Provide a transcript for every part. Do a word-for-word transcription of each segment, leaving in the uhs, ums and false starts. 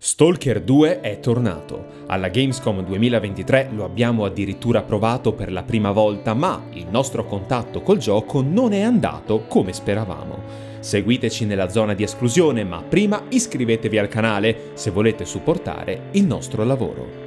Stalker due è tornato. Alla Gamescom duemilaventitré lo abbiamo addirittura provato per la prima volta, ma il nostro contatto col gioco non è andato come speravamo. Seguiteci nella zona di esclusione, ma prima iscrivetevi al canale se volete supportare il nostro lavoro.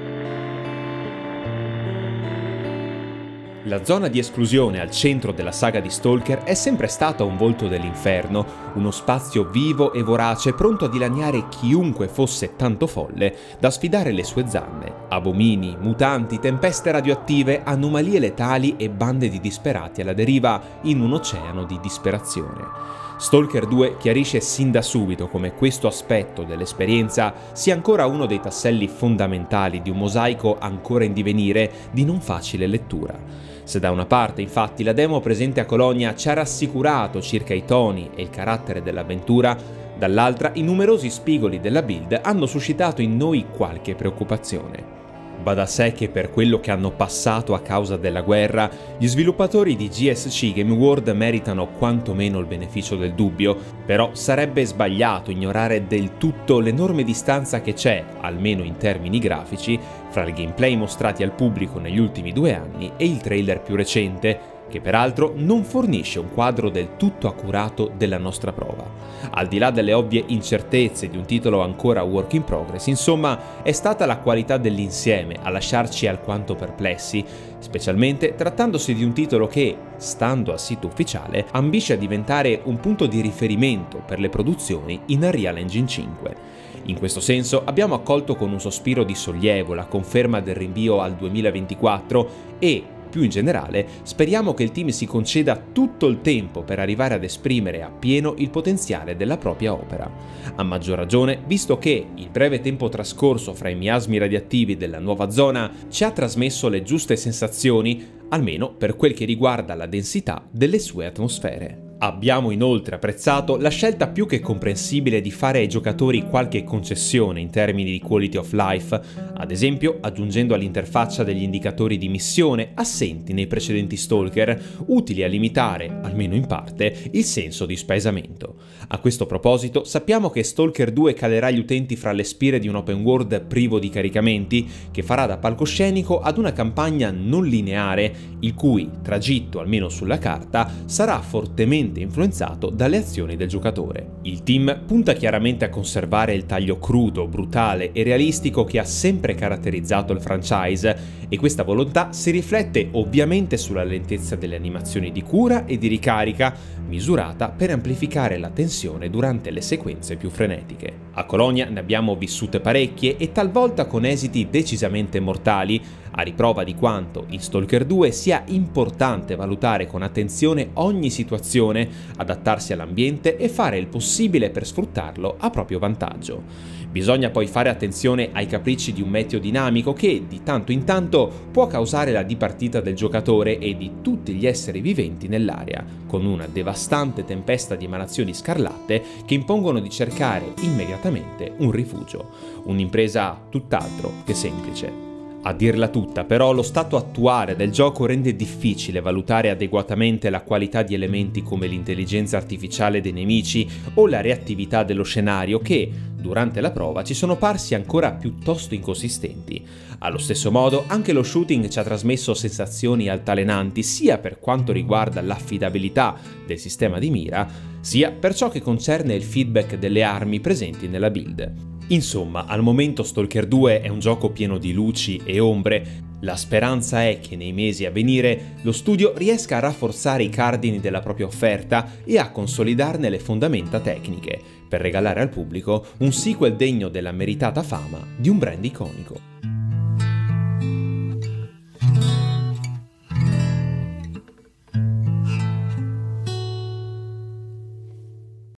La zona di esclusione al centro della saga di Stalker è sempre stata un volto dell'inferno, uno spazio vivo e vorace pronto a dilaniare chiunque fosse tanto folle da sfidare le sue zanne. Abomini, mutanti, tempeste radioattive, anomalie letali e bande di disperati alla deriva in un oceano di disperazione. Stalker due chiarisce sin da subito come questo aspetto dell'esperienza sia ancora uno dei tasselli fondamentali di un mosaico ancora in divenire di non facile lettura. Se da una parte, infatti, la demo presente a Colonia ci ha rassicurato circa i toni e il carattere dell'avventura, dall'altra i numerosi spigoli della build hanno suscitato in noi qualche preoccupazione. Va da sé che per quello che hanno passato a causa della guerra, gli sviluppatori di G S C Game World meritano quantomeno il beneficio del dubbio, però sarebbe sbagliato ignorare del tutto l'enorme distanza che c'è, almeno in termini grafici, fra il gameplay mostrati al pubblico negli ultimi due anni e il trailer più recente, che peraltro non fornisce un quadro del tutto accurato della nostra prova. Al di là delle ovvie incertezze di un titolo ancora work in progress, insomma, è stata la qualità dell'insieme a lasciarci alquanto perplessi, specialmente trattandosi di un titolo che, stando al sito ufficiale, ambisce a diventare un punto di riferimento per le produzioni in Unreal Engine cinque. In questo senso abbiamo accolto con un sospiro di sollievo la conferma del rinvio al duemilaventiquattro e, più in generale, speriamo che il team si conceda tutto il tempo per arrivare ad esprimere appieno il potenziale della propria opera. A maggior ragione, visto che il breve tempo trascorso fra i miasmi radioattivi della nuova zona ci ha trasmesso le giuste sensazioni, almeno per quel che riguarda la densità delle sue atmosfere. Abbiamo inoltre apprezzato la scelta più che comprensibile di fare ai giocatori qualche concessione in termini di quality of life, ad esempio aggiungendo all'interfaccia degli indicatori di missione assenti nei precedenti Stalker, utili a limitare, almeno in parte, il senso di spaesamento. A questo proposito sappiamo che Stalker due calerà gli utenti fra le spire di un open world privo di caricamenti, che farà da palcoscenico ad una campagna non lineare, il cui tragitto, almeno sulla carta, sarà fortemente influenzato dalle azioni del giocatore. Il team punta chiaramente a conservare il taglio crudo, brutale e realistico che ha sempre caratterizzato il franchise, e questa volontà si riflette ovviamente sulla lentezza delle animazioni di cura e di ricarica, misurata per amplificare la tensione durante le sequenze più frenetiche. A Colonia ne abbiamo vissute parecchie e talvolta con esiti decisamente mortali, a riprova di quanto in Stalker due sia importante valutare con attenzione ogni situazione, adattarsi all'ambiente e fare il possibile per sfruttarlo a proprio vantaggio. Bisogna poi fare attenzione ai capricci di un meteo dinamico che, di tanto in tanto, può causare la dipartita del giocatore e di tutti gli esseri viventi nell'area, con una devastante tempesta di emanazioni scarlatte che impongono di cercare immediatamente un rifugio. Un'impresa tutt'altro che semplice. A dirla tutta, però, lo stato attuale del gioco rende difficile valutare adeguatamente la qualità di elementi come l'intelligenza artificiale dei nemici o la reattività dello scenario che, durante la prova, ci sono parsi ancora piuttosto inconsistenti. Allo stesso modo, anche lo shooting ci ha trasmesso sensazioni altalenanti sia per quanto riguarda l'affidabilità del sistema di mira, sia per ciò che concerne il feedback delle armi presenti nella build. Insomma, al momento Stalker due è un gioco pieno di luci e ombre. La speranza è che nei mesi a venire lo studio riesca a rafforzare i cardini della propria offerta e a consolidarne le fondamenta tecniche, per regalare al pubblico un sequel degno della meritata fama di un brand iconico.